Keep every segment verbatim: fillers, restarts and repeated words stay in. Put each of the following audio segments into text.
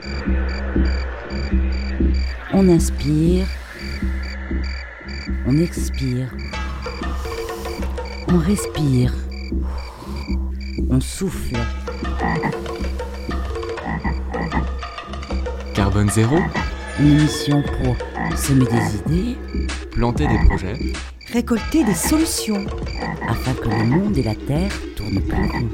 On inspire, on expire, on respire, on souffle. Carbone Zéro, Une émission pour semer des idées, planter des projets, récolter des solutions, afin que le monde et la Terre tournent pour nous.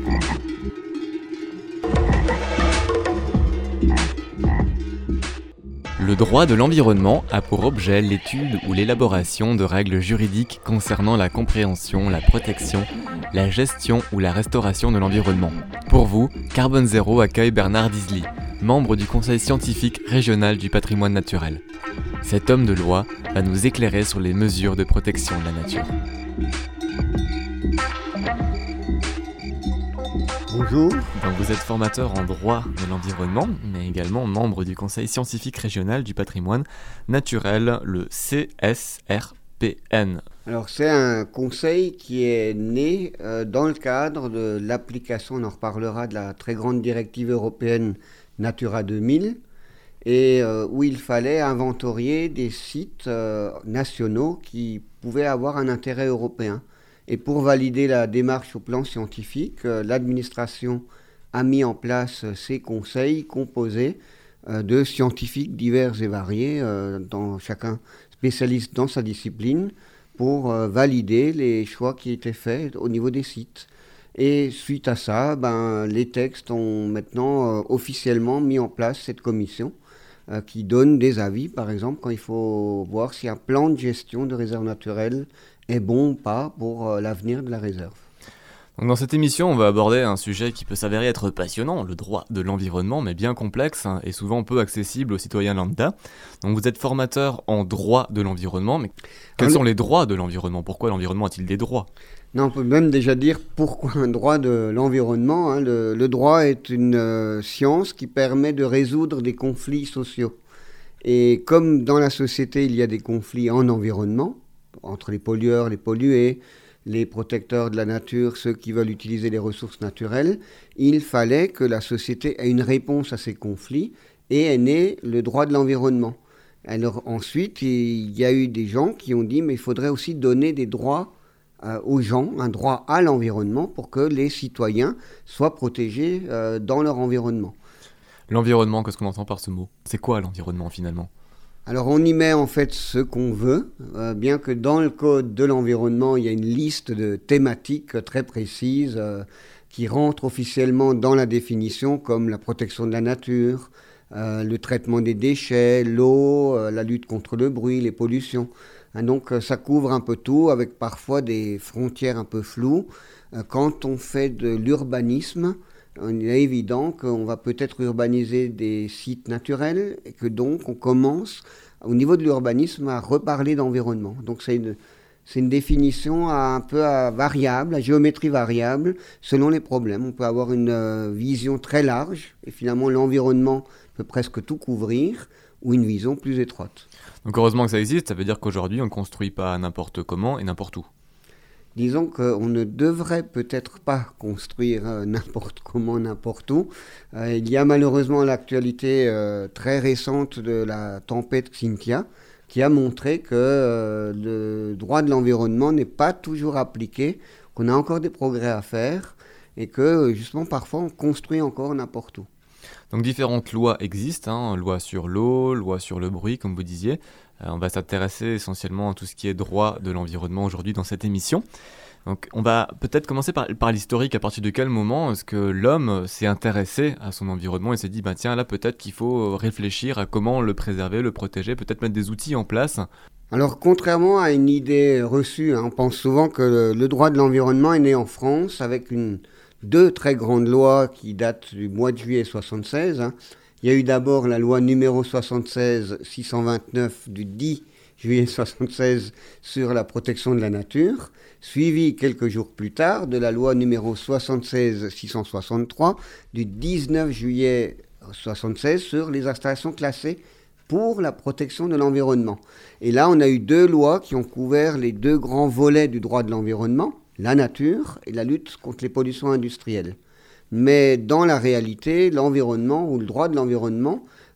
Le droit de l'environnement a pour objet l'étude ou l'élaboration de règles juridiques concernant la compréhension, la protection, la gestion ou la restauration de l'environnement. Pour vous, Carbone Zéro accueille Bernard Disely, membre du Conseil scientifique régional du patrimoine naturel. Cet homme de loi va nous éclairer sur les mesures de protection de la nature. Bonjour. Donc vous êtes formateur en droit de l'environnement, mais également membre du Conseil scientifique régional du patrimoine naturel, le C S R P N. Alors c'est un conseil qui est né euh, dans le cadre de l'application, on en reparlera, de la très grande directive européenne Natura deux mille, et euh, où il fallait inventorier des sites euh, nationaux qui pouvaient avoir un intérêt européen. Et pour valider la démarche au plan scientifique, euh, l'administration a mis en place euh, ces conseils composés euh, de scientifiques divers et variés, euh, dans, chacun spécialiste dans sa discipline, pour euh, valider les choix qui étaient faits au niveau des sites. Et suite à ça, ben, les textes ont maintenant euh, officiellement mis en place cette commission euh, qui donne des avis, par exemple, quand il faut voir si un plan de gestion de réserve naturelle est bon ou pas pour euh, l'avenir de la réserve. Donc dans cette émission, on va aborder un sujet qui peut s'avérer être passionnant, le droit de l'environnement, mais bien complexe hein, et souvent peu accessible aux citoyens lambda. Donc vous êtes formateur en droit de l'environnement, mais quels Alors, sont les droits de l'environnement ? Pourquoi l'environnement a-t-il des droits ? Non, on peut même déjà dire pourquoi un droit de l'environnement. Hein. Le, le droit est une euh, science qui permet de résoudre des conflits sociaux. Et comme dans la société, il y a des conflits en environnement, entre les pollueurs, les pollués, les protecteurs de la nature, ceux qui veulent utiliser les ressources naturelles, il fallait que la société ait une réponse à ces conflits et est né le droit de l'environnement. Alors ensuite, il y a eu des gens qui ont dit mais il faudrait aussi donner des droits euh, aux gens, un droit à l'environnement pour que les citoyens soient protégés euh, dans leur environnement. L'environnement, qu'est-ce qu'on entend par ce mot ? C'est quoi l'environnement finalement ? Alors on y met en fait ce qu'on veut, euh, bien que dans le code de l'environnement, il y a une liste de thématiques très précises euh, qui rentrent officiellement dans la définition, comme la protection de la nature, euh, le traitement des déchets, l'eau, euh, la lutte contre le bruit, les pollutions. Hein, donc euh, ça couvre un peu tout, avec parfois des frontières un peu floues. Euh, quand on fait de l'urbanisme, il est évident qu'on va peut-être urbaniser des sites naturels et que donc on commence au niveau de l'urbanisme à reparler d'environnement. Donc c'est une, c'est une définition à, un peu à variable, à géométrie variable selon les problèmes. On peut avoir une euh, vision très large et finalement l'environnement peut presque tout couvrir ou une vision plus étroite. Donc heureusement que ça existe, ça veut dire qu'aujourd'hui on ne construit pas n'importe comment et n'importe où. Disons qu'on ne devrait peut-être pas construire euh, n'importe comment, n'importe où. Euh, il y a malheureusement l'actualité euh, très récente de la tempête Xynthia qui a montré que euh, le droit de l'environnement n'est pas toujours appliqué, qu'on a encore des progrès à faire et que justement parfois on construit encore n'importe où. Donc différentes lois existent, hein, loi sur l'eau, loi sur le bruit, comme vous disiez. Euh, on va s'intéresser essentiellement à tout ce qui est droit de l'environnement aujourd'hui dans cette émission. Donc on va peut-être commencer par, par l'historique. À partir de quel moment est-ce que l'homme s'est intéressé à son environnement et s'est dit, bah, tiens, là peut-être qu'il faut réfléchir à comment le préserver, le protéger, peut-être mettre des outils en place. Alors, contrairement à une idée reçue, hein, on pense souvent que le, le droit de l'environnement est né en France avec une... deux très grandes lois qui datent du mois de juillet soixante-seize. Hein. Il y a eu d'abord la loi numéro soixante-seize six cent vingt-neuf du dix juillet soixante-seize sur la protection de la nature, suivie quelques jours plus tard de la loi numéro soixante-seize six cent soixante-trois du dix-neuf juillet soixante-seize sur les installations classées pour la protection de l'environnement. Et là, on a eu deux lois qui ont couvert les deux grands volets du droit de l'environnement, la nature et la lutte contre les pollutions industrielles. Mais dans la réalité, l'environnement ou le droit de l'environnement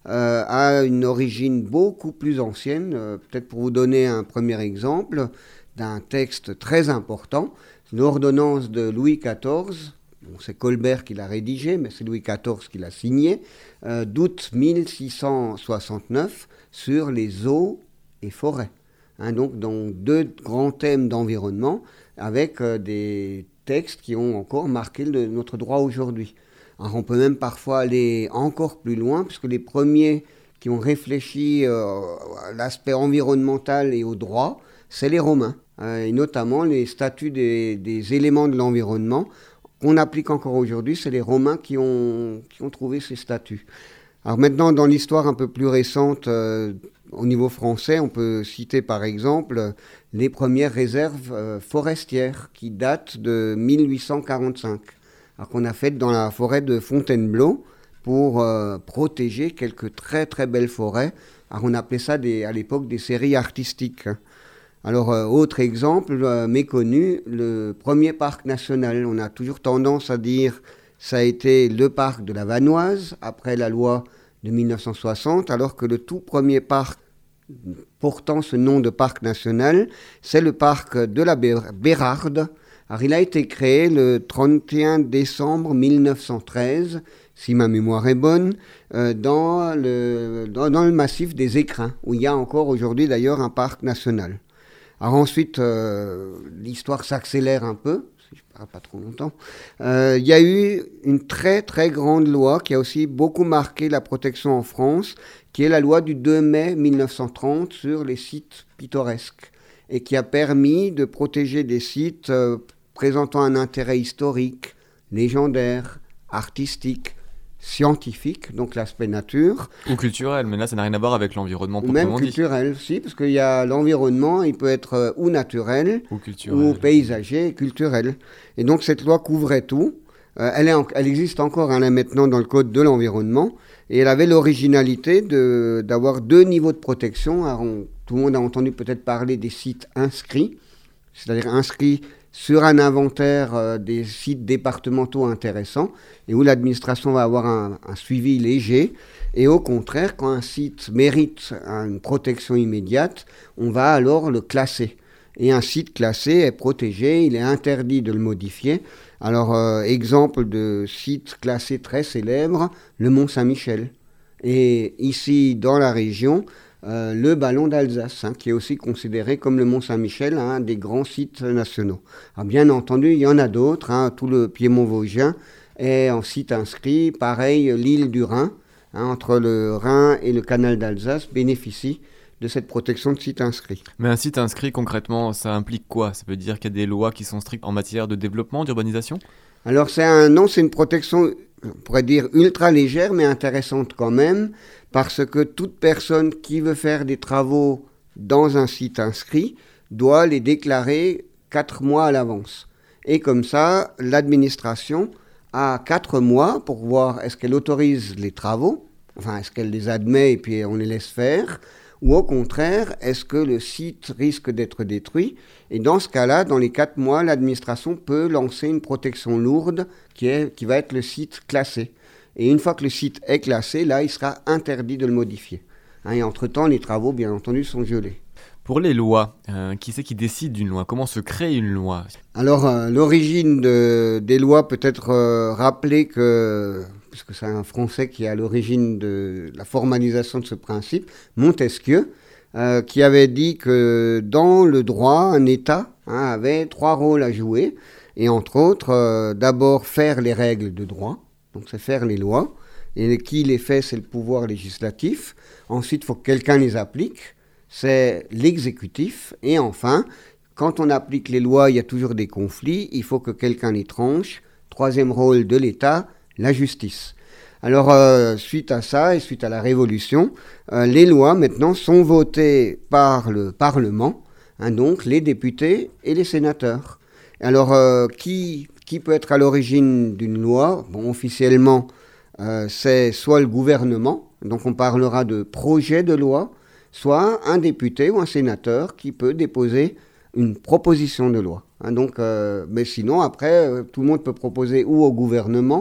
euh, a une origine beaucoup plus ancienne. Euh, peut-être pour vous donner un premier exemple d'un texte très important, l'ordonnance de Louis quatorze, bon, c'est Colbert qui l'a rédigé, mais c'est Louis quatorze qui l'a signé, euh, d'août mille six cent soixante-neuf sur les eaux et forêts. Hein, donc, dans deux grands thèmes d'environnement, avec euh, des textes qui ont encore marqué le, notre droit aujourd'hui. Alors, on peut même parfois aller encore plus loin, puisque les premiers qui ont réfléchi euh, à l'aspect environnemental et au droit, c'est les Romains, euh, et notamment les statuts des, des éléments de l'environnement qu'on applique encore aujourd'hui. C'est les Romains qui ont, qui ont trouvé ces statuts. Alors maintenant, dans l'histoire un peu plus récente, euh, au niveau français, on peut citer par exemple les premières réserves euh, forestières qui datent de mille huit cent quarante-cinq, alors qu'on a faites dans la forêt de Fontainebleau pour euh, protéger quelques très très belles forêts. Alors on appelait ça des, à l'époque des séries artistiques. Alors euh, autre exemple euh, méconnu, le premier parc national. On a toujours tendance à dire ça a été le parc de la Vanoise après la loi de mille neuf cent soixante, alors que le tout premier parc portant ce nom de parc national, c'est le parc de la Bérarde. Alors, il a été créé le trente et un décembre mille neuf cent treize, si ma mémoire est bonne, euh, dans, le, dans, dans le massif des Écrins, où il y a encore aujourd'hui d'ailleurs un parc national. Alors ensuite, euh, l'histoire s'accélère un peu, si je ne parle pas trop longtemps. Euh, il y a eu une très très grande loi qui a aussi beaucoup marqué la protection en France, qui est la loi du deux mai mille neuf cent trente sur les sites pittoresques, et qui a permis de protéger des sites euh, présentant un intérêt historique, légendaire, artistique, scientifique, donc l'aspect nature. Ou culturel, mais là ça n'a rien à voir avec l'environnement Ou même proprement dit. culturel, si, parce qu'il y a l'environnement, il peut être euh, ou naturel, Ou culturel. ou paysager, culturel. Et donc cette loi couvrait tout. Euh, elle, est en, elle existe encore hein, là, maintenant dans le Code de l'environnement, et elle avait l'originalité de, d'avoir deux niveaux de protection. Alors, on, tout le monde a entendu peut-être parler des sites inscrits, c'est-à-dire inscrits sur un inventaire euh, des sites départementaux intéressants, et où l'administration va avoir un, un suivi léger. Et au contraire, quand un site mérite une protection immédiate, on va alors le classer. Et un site classé est protégé, il est interdit de le modifier. Alors, euh, exemple de site classé très célèbre, le Mont Saint-Michel. Et ici, dans la région, euh, le Ballon d'Alsace, hein, qui est aussi considéré comme le Mont Saint-Michel, un des grands sites nationaux. Alors, bien entendu, il y en a d'autres, hein, tout le Piémont vosgien est en site inscrit. Pareil, l'île du Rhin, hein, entre le Rhin et le canal d'Alsace, bénéficie de cette protection de site inscrit. Mais un site inscrit, concrètement, ça implique quoi? Ça veut dire qu'il y a des lois qui sont strictes en matière de développement, d'urbanisation? Alors, c'est un, non, c'est une protection, on pourrait dire, ultra légère, mais intéressante quand même, parce que toute personne qui veut faire des travaux dans un site inscrit doit les déclarer quatre mois à l'avance. Et comme ça, l'administration a quatre mois pour voir est-ce qu'elle autorise les travaux, enfin, est-ce qu'elle les admet et puis on les laisse faire, ou au contraire, est-ce que le site risque d'être détruit? Et dans ce cas-là, dans les quatre mois, l'administration peut lancer une protection lourde qui, est, qui va être le site classé. Et une fois que le site est classé, là, il sera interdit de le modifier. Hein, et entre-temps, les travaux, bien entendu, sont gelés. Pour les lois, euh, qui c'est qui décide d'une loi? Comment se crée une loi? Alors, euh, l'origine de, des lois peut être euh, rappelée que... puisque c'est un Français qui est à l'origine de la formalisation de ce principe, Montesquieu, euh, qui avait dit que dans le droit, un État hein, avait trois rôles à jouer, et entre autres, euh, d'abord faire les règles de droit, donc c'est faire les lois, et qui les fait, c'est le pouvoir législatif. Ensuite, il faut que quelqu'un les applique, c'est l'exécutif, et enfin, quand on applique les lois, il y a toujours des conflits, il faut que quelqu'un les tranche. Troisième rôle de l'État, la justice. Alors, euh, suite à ça et suite à la Révolution, euh, les lois maintenant sont votées par le Parlement, hein, donc les députés et les sénateurs. Alors, euh, qui, qui peut être à l'origine d'une loi? Bon, officiellement, euh, c'est soit le gouvernement, donc on parlera de projet de loi, soit un député ou un sénateur qui peut déposer une proposition de loi. Hein, donc, euh, mais sinon, après, euh, tout le monde peut proposer ou au gouvernement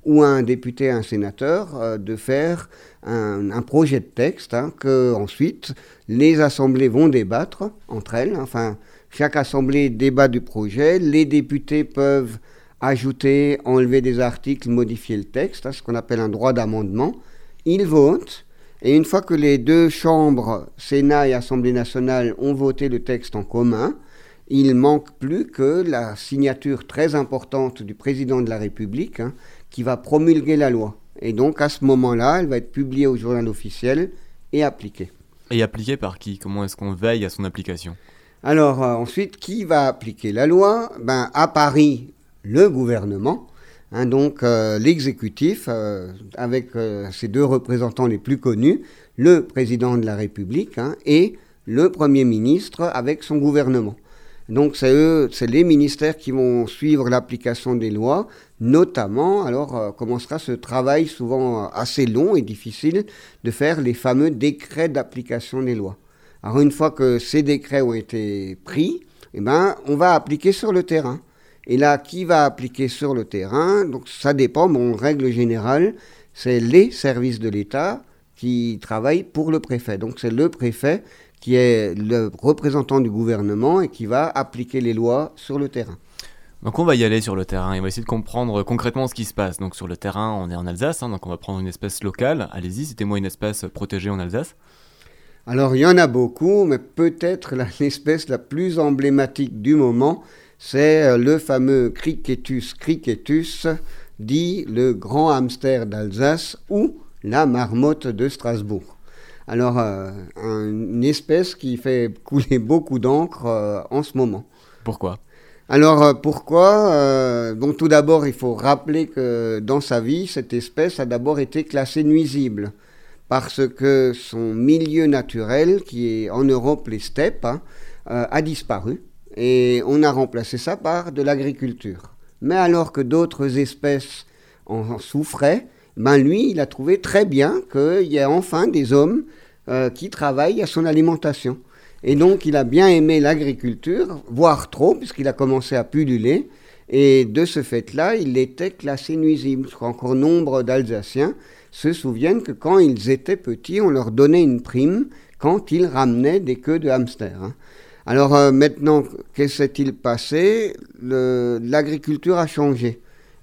ou à un député, à un sénateur, euh, de faire un, un projet de texte hein, que ensuite les assemblées vont débattre entre elles. Enfin, chaque assemblée débat du projet. Les députés peuvent ajouter, enlever des articles, modifier le texte, hein, ce qu'on appelle un droit d'amendement. Ils votent. Et une fois que les deux chambres, Sénat et Assemblée nationale, ont voté le texte en commun, il ne manque plus que la signature très importante du président de la République hein, qui va promulguer la loi. Et donc, à ce moment-là, elle va être publiée au journal officiel et appliquée. Et appliquée par qui ? Comment est-ce qu'on veille à son application ? Alors, euh, ensuite, qui va appliquer la loi ? Ben, à Paris, le gouvernement. Hein, donc euh, l'exécutif, euh, avec euh, ses deux représentants les plus connus, le président de la République hein, et le Premier ministre avec son gouvernement. Donc c'est eux, c'est les ministères qui vont suivre l'application des lois, notamment, alors euh, commencera ce travail souvent assez long et difficile de faire les fameux décrets d'application des lois. Alors une fois que ces décrets ont été pris, eh ben, on va appliquer sur le terrain. Et là, qui va appliquer sur le terrain ? Donc ça dépend, mais en règle générale, c'est les services de l'État qui travaillent pour le préfet. Donc c'est le préfet qui est le représentant du gouvernement et qui va appliquer les lois sur le terrain. Donc on va y aller sur le terrain et on va essayer de comprendre concrètement ce qui se passe. Donc sur le terrain, on est en Alsace, hein, donc on va prendre une espèce locale. Allez-y, citez-moi une espèce protégée en Alsace. Alors il y en a beaucoup, mais peut-être la, l'espèce la plus emblématique du moment, c'est le fameux Cricetus cricetus, dit le grand hamster d'Alsace ou la marmotte de Strasbourg. Alors, euh, une espèce qui fait couler beaucoup d'encre euh, en ce moment. Pourquoi ? Alors, euh, pourquoi euh, Donc, tout d'abord, il faut rappeler que dans sa vie, cette espèce a d'abord été classée nuisible parce que son milieu naturel, qui est en Europe les steppes, hein, euh, a disparu. Et on a remplacé ça par de l'agriculture. Mais alors que d'autres espèces en souffraient, ben lui, il a trouvé très bien qu'il y ait enfin des hommes euh, qui travaillent à son alimentation. Et donc, il a bien aimé l'agriculture, voire trop, puisqu'il a commencé à pulluler. Et de ce fait-là, il était classé nuisible. Encore nombre d'Alsaciens se souviennent que quand ils étaient petits, on leur donnait une prime quand ils ramenaient des queues de hamster, hein. Alors euh, maintenant, qu'est-ce qui s'est-il passé ? Le, L'agriculture a changé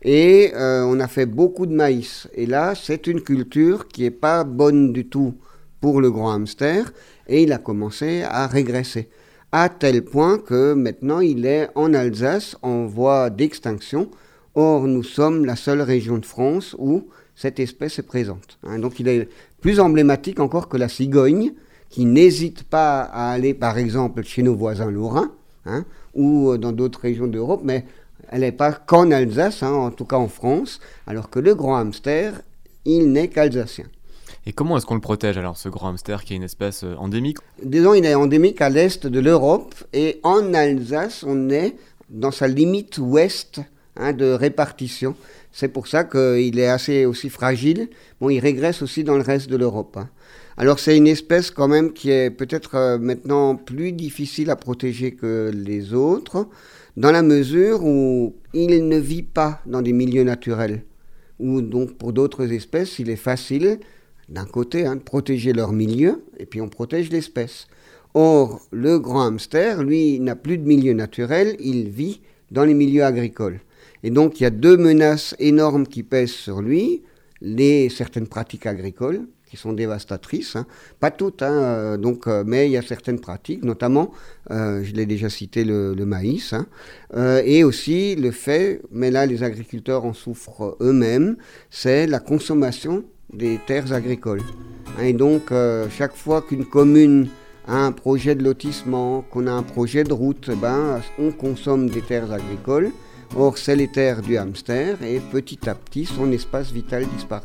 et euh, on a fait beaucoup de maïs. Et là, c'est une culture qui n'est pas bonne du tout pour le grand hamster et il a commencé à régresser. À tel point que maintenant, il est en Alsace en voie d'extinction. Or, nous sommes la seule région de France où cette espèce est présente. Hein, donc, il est plus emblématique encore que la cigogne, qui n'hésite pas à aller, par exemple, chez nos voisins lorrains, hein, ou dans d'autres régions d'Europe, mais elle n'est pas qu'en Alsace, hein, en tout cas en France, alors que le grand hamster, il n'est qu'alsacien. Et comment est-ce qu'on le protège alors, ce grand hamster qui est une espèce endémique ? Disons, il est endémique à l'est de l'Europe, et en Alsace, on est dans sa limite ouest hein, de répartition. C'est pour ça qu'il est assez aussi fragile. Bon, il régresse aussi dans le reste de l'Europe, hein. Alors c'est une espèce quand même qui est peut-être euh, maintenant plus difficile à protéger que les autres, dans la mesure où il ne vit pas dans des milieux naturels. Ou donc pour d'autres espèces, il est facile, d'un côté, hein, de protéger leur milieu, et puis on protège l'espèce. Or, le grand hamster, lui, n'a plus de milieu naturel, il vit dans les milieux agricoles. Et donc il y a deux menaces énormes qui pèsent sur lui, les, certaines pratiques agricoles, qui sont dévastatrices, hein. Pas toutes, hein, euh, donc, euh, mais il y a certaines pratiques, notamment, euh, je l'ai déjà cité, le, le maïs, hein, euh, et aussi le fait, mais là les agriculteurs en souffrent eux-mêmes, c'est la consommation des terres agricoles. Hein, et donc, euh, chaque fois qu'une commune a un projet de lotissement, qu'on a un projet de route, ben, on consomme des terres agricoles. Or, c'est les terres du hamster, et petit à petit, son espace vital disparaît.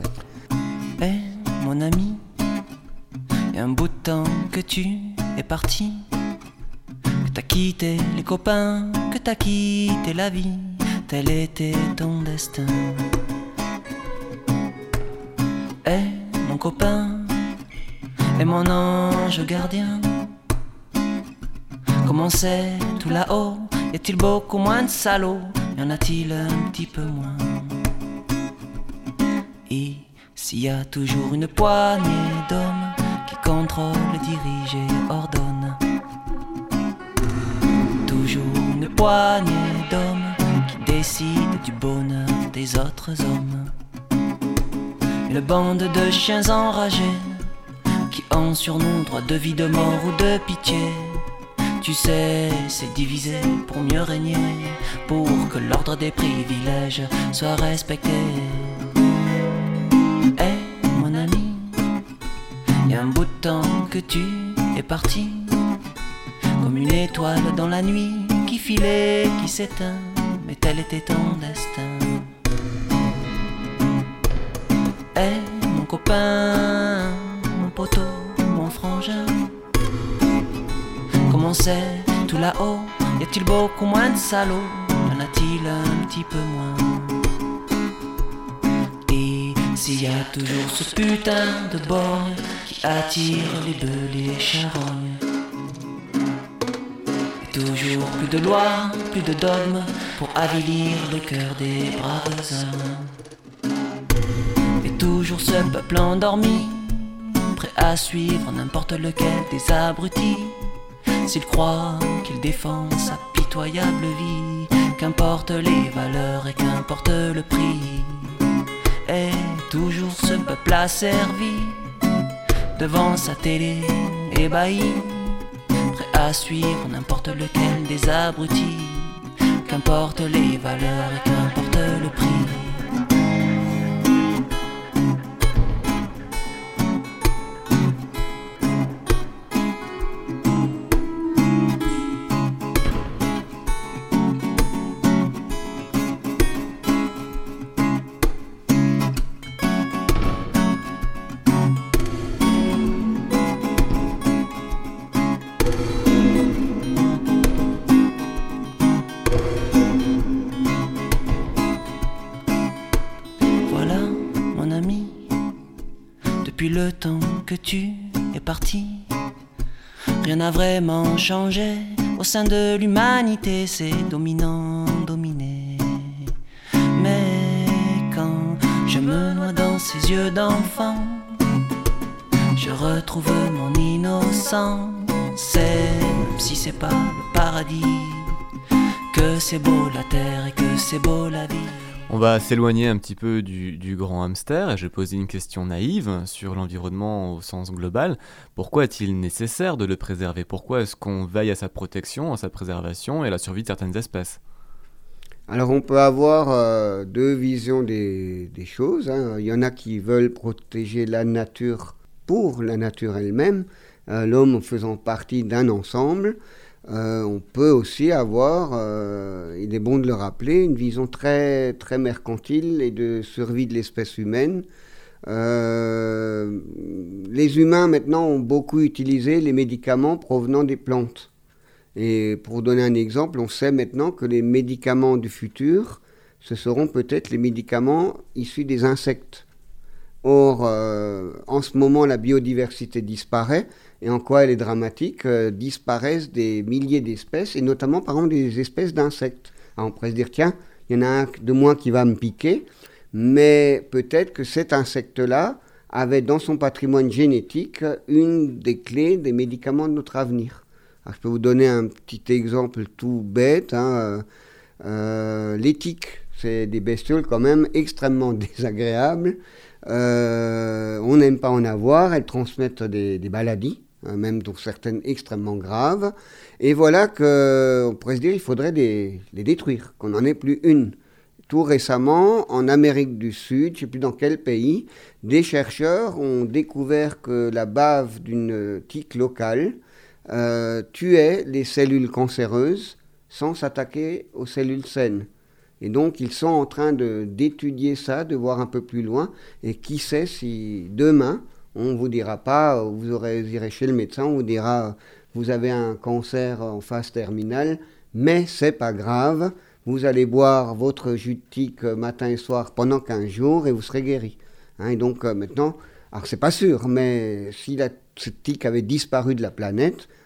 Hey, mon ami, y a un bout de temps que tu es parti, que t'as quitté les copains, que t'as quitté la vie, tel était ton destin. Hey, mon copain, et mon ange gardien, comment c'est tout là-haut? Y a-t-il beaucoup moins de salauds? Y en a-t-il un petit peu moins? S'il y a toujours une poignée d'hommes qui contrôlent, dirigent et ordonnent, toujours une poignée d'hommes qui décident du bonheur des autres hommes. Une bande de chiens enragés qui ont sur nous droit de vie, de mort ou de pitié. Tu sais, c'est divisé pour mieux régner, pour que l'ordre des privilèges soit respecté. Eh mon ami, y a un bout de temps que tu es parti, comme une étoile dans la nuit qui filait, qui s'éteint, mais tel était ton destin. Eh mon copain, mon poteau, mon frangin, comment c'est tout là-haut? Y a-t-il beaucoup moins de salauds? Y en a-t-il un petit peu moins? Et s'il y a toujours ce putain de borgne qui attire les bœufs, les charognes, et toujours plus de lois, plus de dogmes pour avilir le cœur des braves hommes. Et toujours ce peuple endormi, prêt à suivre n'importe lequel des abrutis, s'il croit qu'il défend sa pitoyable vie, qu'importe les valeurs et qu'importe le prix. Et toujours ce peuple asservi devant sa télé ébahi, prêt à suivre n'importe lequel des abrutis, qu'importe les valeurs et qu'importe le prix. Depuis le temps que tu es parti, rien n'a vraiment changé au sein de l'humanité, c'est dominant, dominé. Mais quand je me noie dans ses yeux d'enfant, je retrouve mon innocence. C'est, même si c'est pas le paradis, que c'est beau la terre et que c'est beau la vie. On va s'éloigner un petit peu du, du grand hamster et je vais poser une question naïve sur l'environnement au sens global. Pourquoi est-il nécessaire de le préserver? Pourquoi est-ce qu'on veille à sa protection, à sa préservation et à la survie de certaines espèces? Alors on peut avoir euh, deux visions des, des choses, hein. Il y en a qui veulent protéger la nature pour la nature elle-même, euh, l'homme faisant partie d'un ensemble. Euh, on peut aussi avoir, euh, il est bon de le rappeler, une vision très, très mercantile et de survie de l'espèce humaine. Euh, les humains maintenant ont beaucoup utilisé les médicaments provenant des plantes. Et pour donner un exemple, on sait maintenant que les médicaments du futur, ce seront peut-être les médicaments issus des insectes. Or, euh, en ce moment, la biodiversité disparaît. Et en quoi elle est dramatique, euh, disparaissent des milliers d'espèces, et notamment par exemple des espèces d'insectes. Alors on pourrait se dire, tiens, il y en a un de moins qui va me piquer, mais peut-être que cet insecte-là avait dans son patrimoine génétique une des clés des médicaments de notre avenir. Alors, je peux vous donner un petit exemple tout bête. Hein, euh, les tiques, c'est des bestioles quand même extrêmement désagréables. Euh, on n'aime pas en avoir, elles transmettent des, des maladies, hein, même dont certaines extrêmement graves. Et voilà qu'on pourrait se dire qu'il faudrait les, les détruire, qu'on n'en ait plus une. Tout récemment, en Amérique du Sud, je ne sais plus dans quel pays, des chercheurs ont découvert que la bave d'une tique locale euh, tuait les cellules cancéreuses sans s'attaquer aux cellules saines. Et donc, ils sont en train de, d'étudier ça, de voir un peu plus loin. Et qui sait si demain, on ne vous dira pas, vous aurez, vous irez chez le médecin, on vous dira, vous avez un cancer en phase terminale, mais c'est pas grave, vous allez boire votre jus de tique matin et soir pendant quinze jours et vous serez guéri. Hein, et donc, euh, maintenant, alors c'est pas sûr, mais si la, cette tique avait disparu de la planète,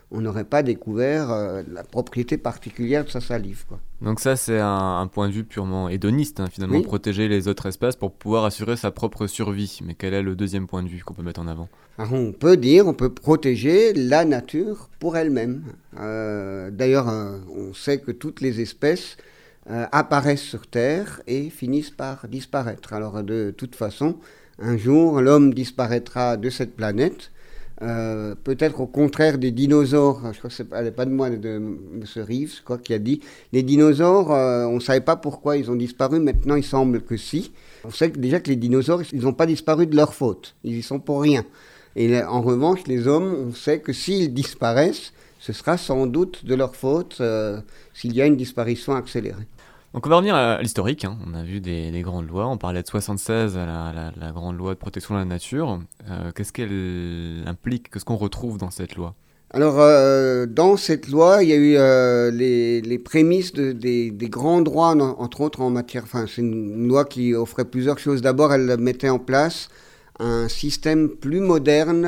on n'aurait pas découvert euh, la propriété particulière de sa salive, quoi. Donc ça, c'est un, un point de vue purement hédoniste, hein, finalement, Oui. protéger les autres espèces pour pouvoir assurer sa propre survie. Mais quel est le deuxième point de vue qu'on peut mettre en avant ? Alors on peut dire, on peut protéger la nature pour elle-même. Euh, d'ailleurs, euh, on sait que toutes les espèces euh, apparaissent sur Terre et finissent par disparaître. Alors de toute façon, un jour, l'homme disparaîtra de cette planète. Euh, peut-être au contraire des dinosaures, je crois que c'est pas, pas de moi, de, de M. Reeves, je crois, qui a dit, les dinosaures, euh, on ne savait pas pourquoi ils ont disparu, maintenant il semble que si. On sait que déjà que les dinosaures, ils n'ont pas disparu de leur faute, ils y sont pour rien. Et là, en revanche, les hommes, on sait que s'ils disparaissent, ce sera sans doute de leur faute euh, s'il y a une disparition accélérée. Donc on va revenir à l'historique, hein. On a vu des, des grandes lois, on parlait de soixante-seize, la, la, la grande loi de protection de la nature. Euh, qu'est-ce qu'elle implique, qu'est-ce qu'on retrouve dans cette loi ? Alors, euh, dans cette loi, il y a eu euh, les, les prémices de, des, des grands droits, entre autres en matière... Enfin, c'est une loi qui offrait plusieurs choses. D'abord, elle mettait en place un système plus moderne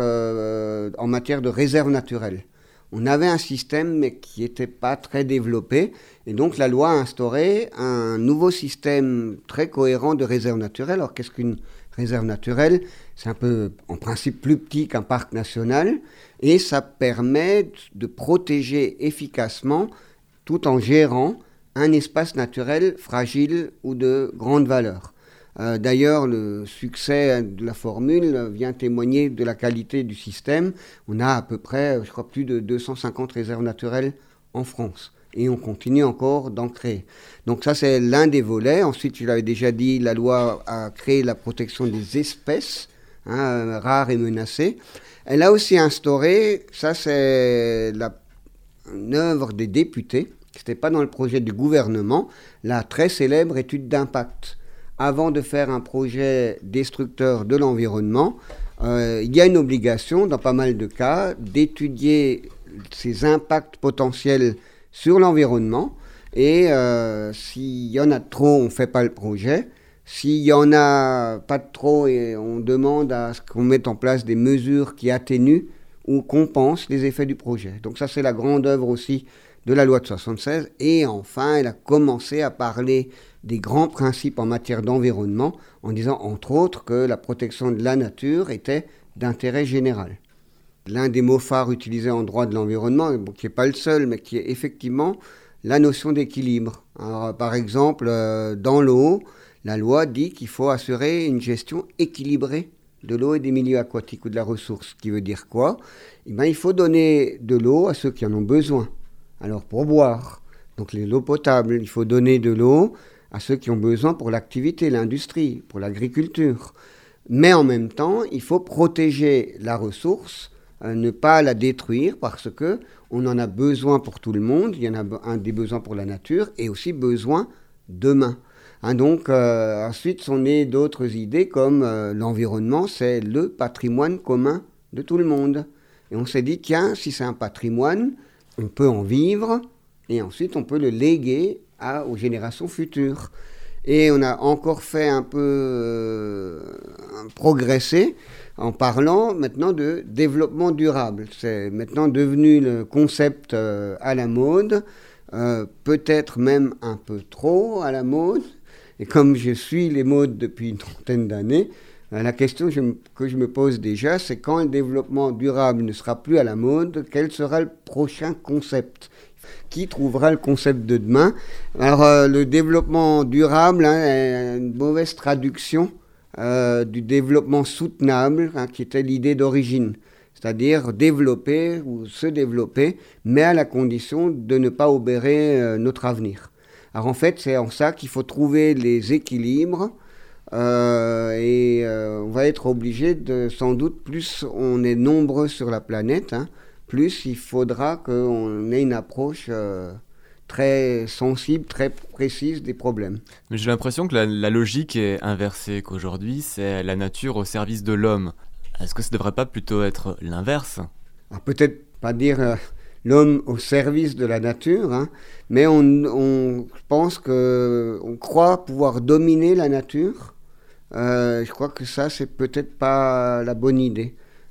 euh, en matière de réserve naturelle. On avait un système, mais qui n'était pas très développé. Et donc, la loi a instauré un nouveau système très cohérent de réserve naturelle. Alors, qu'est-ce qu'une réserve naturelle ? C'est un peu, en principe, plus petit qu'un parc national. Et ça permet de protéger efficacement, tout en gérant, un espace naturel fragile ou de grande valeur. Euh, d'ailleurs, le succès de la formule vient témoigner de la qualité du système. On a à peu près, je crois, plus de deux cent cinquante réserves naturelles en France. Et on continue encore d'en créer. Donc ça, c'est l'un des volets. Ensuite, je l'avais déjà dit, la loi a créé la protection des espèces hein, rares et menacées. Elle a aussi instauré, ça c'est la, une œuvre des députés, ce n'était pas dans le projet du gouvernement, la très célèbre étude d'impact. Avant de faire un projet destructeur de l'environnement, euh, il y a une obligation, dans pas mal de cas, d'étudier ces impacts potentiels sur l'environnement. Et euh, s'il y en a trop, on ne fait pas le projet. S'il y en a pas de trop, et on demande à ce qu'on mette en place des mesures qui atténuent ou compensent les effets du projet. Donc ça, c'est la grande œuvre aussi de la loi de soixante-seize. Et enfin, elle a commencé à parler des grands principes en matière d'environnement, en disant entre autres que la protection de la nature était d'intérêt général. L'un des mots phares utilisés en droit de l'environnement, bon, qui n'est pas le seul, mais qui est effectivement la notion d'équilibre. Alors, par exemple, euh, dans l'eau, la loi dit qu'il faut assurer une gestion équilibrée de l'eau et des milieux aquatiques ou de la ressource. Ce qui veut dire quoi ? Eh bien, il faut donner de l'eau à ceux qui en ont besoin. Alors, pour boire, donc l'eau potable, il faut donner de l'eau à ceux qui ont besoin pour l'activité, l'industrie, pour l'agriculture. Mais en même temps, il faut protéger la ressource, euh, ne pas la détruire parce que on en a besoin pour tout le monde. Il y en a un des besoins pour la nature et aussi besoin demain. Hein, donc, euh, ensuite sont nées d'autres idées comme euh, l'environnement, c'est le patrimoine commun de tout le monde. Et on s'est dit, tiens, si c'est un patrimoine, on peut en vivre et ensuite on peut le léguer à, aux générations futures. Et on a encore fait un peu euh, progresser en parlant maintenant de développement durable. C'est maintenant devenu le concept euh, à la mode, euh, peut-être même un peu trop à la mode. Et comme je suis les modes depuis une trentaine d'années, euh, la question je m- que je me pose déjà, c'est quand le développement durable ne sera plus à la mode, quel sera le prochain concept ? Qui trouvera le concept de demain ? Alors, euh, le développement durable hein, est une mauvaise traduction euh, du développement soutenable, hein, qui était l'idée d'origine. C'est-à-dire développer ou se développer, mais à la condition de ne pas obérer euh, notre avenir. Alors, en fait, c'est en ça qu'il faut trouver les équilibres euh, et euh, on va être obligé de, sans doute, plus on est nombreux sur la planète, hein, plus il faudra qu'on ait une approche euh, très sensible, très précise des problèmes. Mais j'ai l'impression que la, la logique est inversée, qu'aujourd'hui, c'est la nature au service de l'homme. Est-ce que ça ne devrait pas plutôt être l'inverse ? Alors, peut-être pas dire euh, l'homme au service de la nature, hein, mais on, on pense que, on croit pouvoir dominer la nature. Euh, je crois que ça, c'est peut-être pas la bonne idée.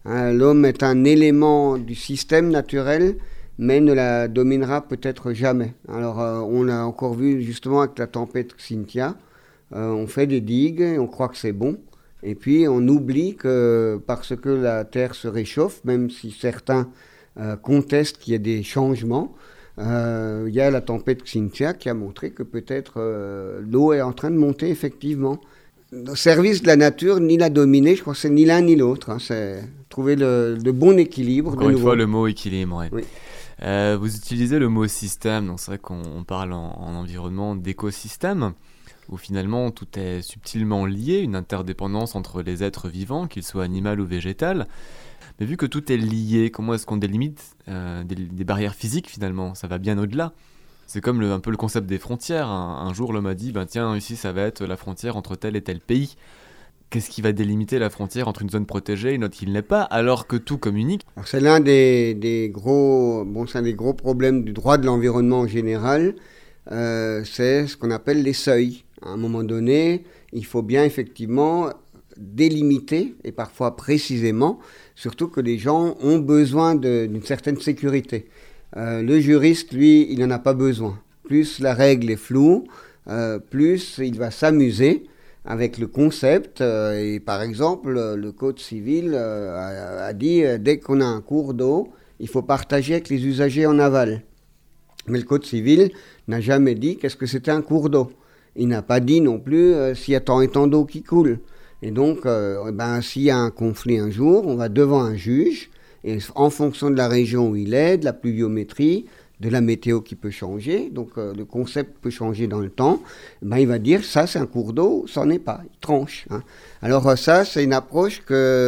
Hein, l'homme est un élément du système naturel, mais ne la dominera peut-être jamais. Alors, euh, on l'a encore vu justement avec la tempête Xynthia. Euh, on fait des digues, on croit que c'est bon, et puis on oublie que parce que la Terre se réchauffe, même si certains euh, contestent qu'il y ait des changements, euh, il y a la tempête Xynthia qui a montré que peut-être euh, l'eau est en train de monter effectivement. Au service de la nature, ni la dominer, je crois que c'est ni l'un ni l'autre. Hein, c'est trouver le, le bon équilibre. Encore de une nouveau. fois, le mot équilibre. Ouais. Oui. Euh, vous utilisez le mot système, donc c'est vrai qu'on on parle en, en environnement d'écosystème, où finalement tout est subtilement lié, une interdépendance entre les êtres vivants, qu'ils soient animaux ou végétaux. Mais vu que tout est lié, comment est-ce qu'on délimite euh, des, des barrières physiques finalement ? Ça va bien au-delà. C'est comme le, un peu le concept des frontières. Un, un jour, l'homme a dit, ben tiens, ici, ça va être la frontière entre tel et tel pays. Qu'est-ce qui va délimiter la frontière entre une zone protégée et une autre qui ne l'est pas, alors que tout communique ? Alors c'est l'un des, des gros, bon, c'est un des gros problèmes du droit de l'environnement en général. Euh, c'est ce qu'on appelle les seuils. À un moment donné, il faut bien effectivement délimiter, et parfois précisément, surtout que les gens ont besoin de, d'une certaine sécurité. Euh, le juriste, lui, il n'en a pas besoin. Plus la règle est floue, euh, plus il va s'amuser avec le concept. Euh, et par exemple, le Code civil euh, a, a dit, euh, dès qu'on a un cours d'eau, il faut partager avec les usagers en aval. Mais le Code civil n'a jamais dit qu'est-ce que c'était un cours d'eau. Il n'a pas dit non plus euh, s'il y a tant et tant d'eau qui coule. Et donc, euh, ben, s'il y a un conflit un jour, on va devant un juge. Et en fonction de la région où il est, de la pluviométrie, de la météo qui peut changer, donc euh, le concept peut changer dans le temps, ben, il va dire ça c'est un cours d'eau, ça n'en est pas, il tranche. Hein. Alors euh, ça c'est une approche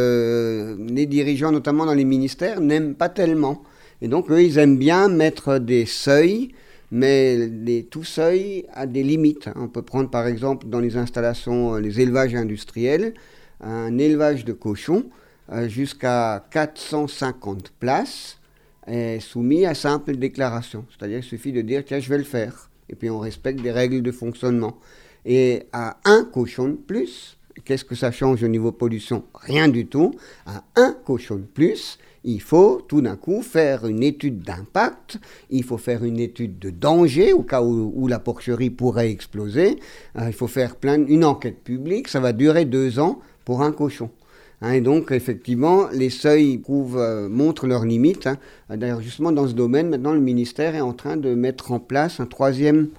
que les dirigeants, notamment dans les ministères, n'aiment pas tellement. Et donc eux ils aiment bien mettre des seuils, mais les, tout seuil a des limites. Hein. On peut prendre par exemple dans les installations, les élevages industriels, un élevage de cochons, jusqu'à quatre cent cinquante places est soumis à simple déclaration. C'est-à-dire qu'il suffit de dire tiens je vais le faire. Et puis on respecte des règles de fonctionnement. Et à un cochon de plus, qu'est-ce que ça change au niveau pollution ? Rien du tout. À un cochon de plus, il faut tout d'un coup faire une étude d'impact, il faut faire une étude de danger au cas où, où la porcherie pourrait exploser, euh, il faut faire plein, une enquête publique, ça va durer deux ans pour un cochon. Hein, et donc, effectivement, les seuils prouvent, euh, montrent leurs limites. Hein. D'ailleurs, justement, dans ce domaine, maintenant, le ministère est en train de mettre en place un troisième,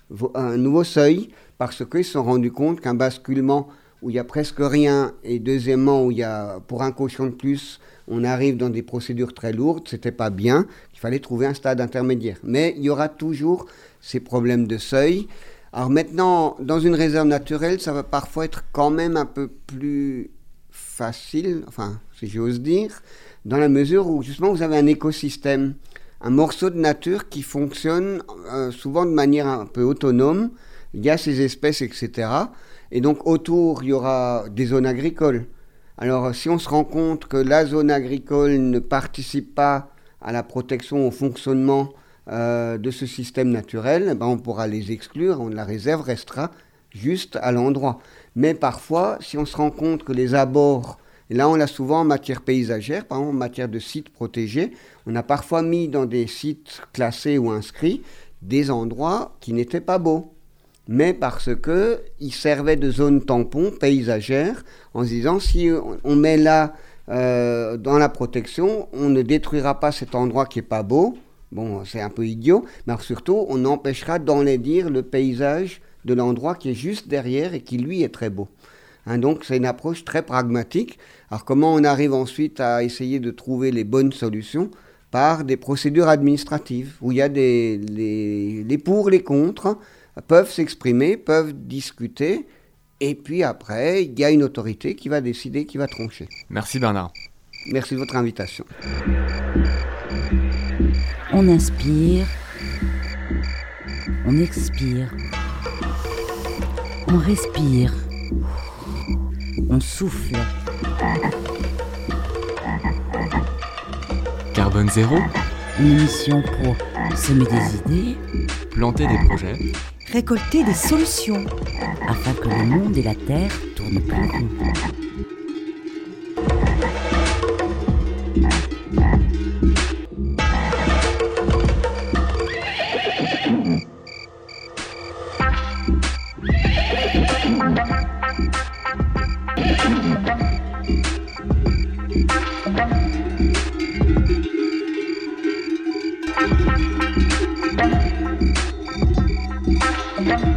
un nouveau seuil, parce qu'ils se sont rendus compte qu'un basculement où il n'y a presque rien, et deuxièmement, où il y a, pour un cochon de plus, on arrive dans des procédures très lourdes, c'était pas bien, il fallait trouver un stade intermédiaire. Mais il y aura toujours ces problèmes de seuil. Alors maintenant, dans une réserve naturelle, ça va parfois être quand même un peu plus facile, enfin, si j'ose dire, dans la mesure où, justement, vous avez un écosystème, un morceau de nature qui fonctionne euh, souvent de manière un peu autonome. Il y a ces espèces, et cetera. Et donc, autour, il y aura des zones agricoles. Alors, si on se rend compte que la zone agricole ne participe pas à la protection, au fonctionnement euh, de ce système naturel, ben on pourra les exclure, on, la réserve restera juste à l'endroit. Mais parfois, si on se rend compte que les abords, et là on l'a souvent en matière paysagère, par exemple en matière de sites protégés, on a parfois mis dans des sites classés ou inscrits des endroits qui n'étaient pas beaux. Mais parce qu'ils servaient de zone tampon paysagère, en se disant si on met là euh, dans la protection, on ne détruira pas cet endroit qui n'est pas beau. Bon, c'est un peu idiot, mais surtout on empêchera d'enlaidir le paysage de l'endroit qui est juste derrière et qui lui est très beau. Hein, donc c'est une approche très pragmatique. Alors comment on arrive ensuite à essayer de trouver les bonnes solutions ? Par des procédures administratives, où il y a des les, les pour, les contre, peuvent s'exprimer, peuvent discuter, et puis après, il y a une autorité qui va décider, qui va trancher. Merci Bernard. Merci de votre invitation. On inspire, on expire, on respire, on souffle. Carbone zéro, Une émission pour semer des idées, planter des projets, récolter des solutions, afin que le monde et la Terre tournent plus rond. Thank you.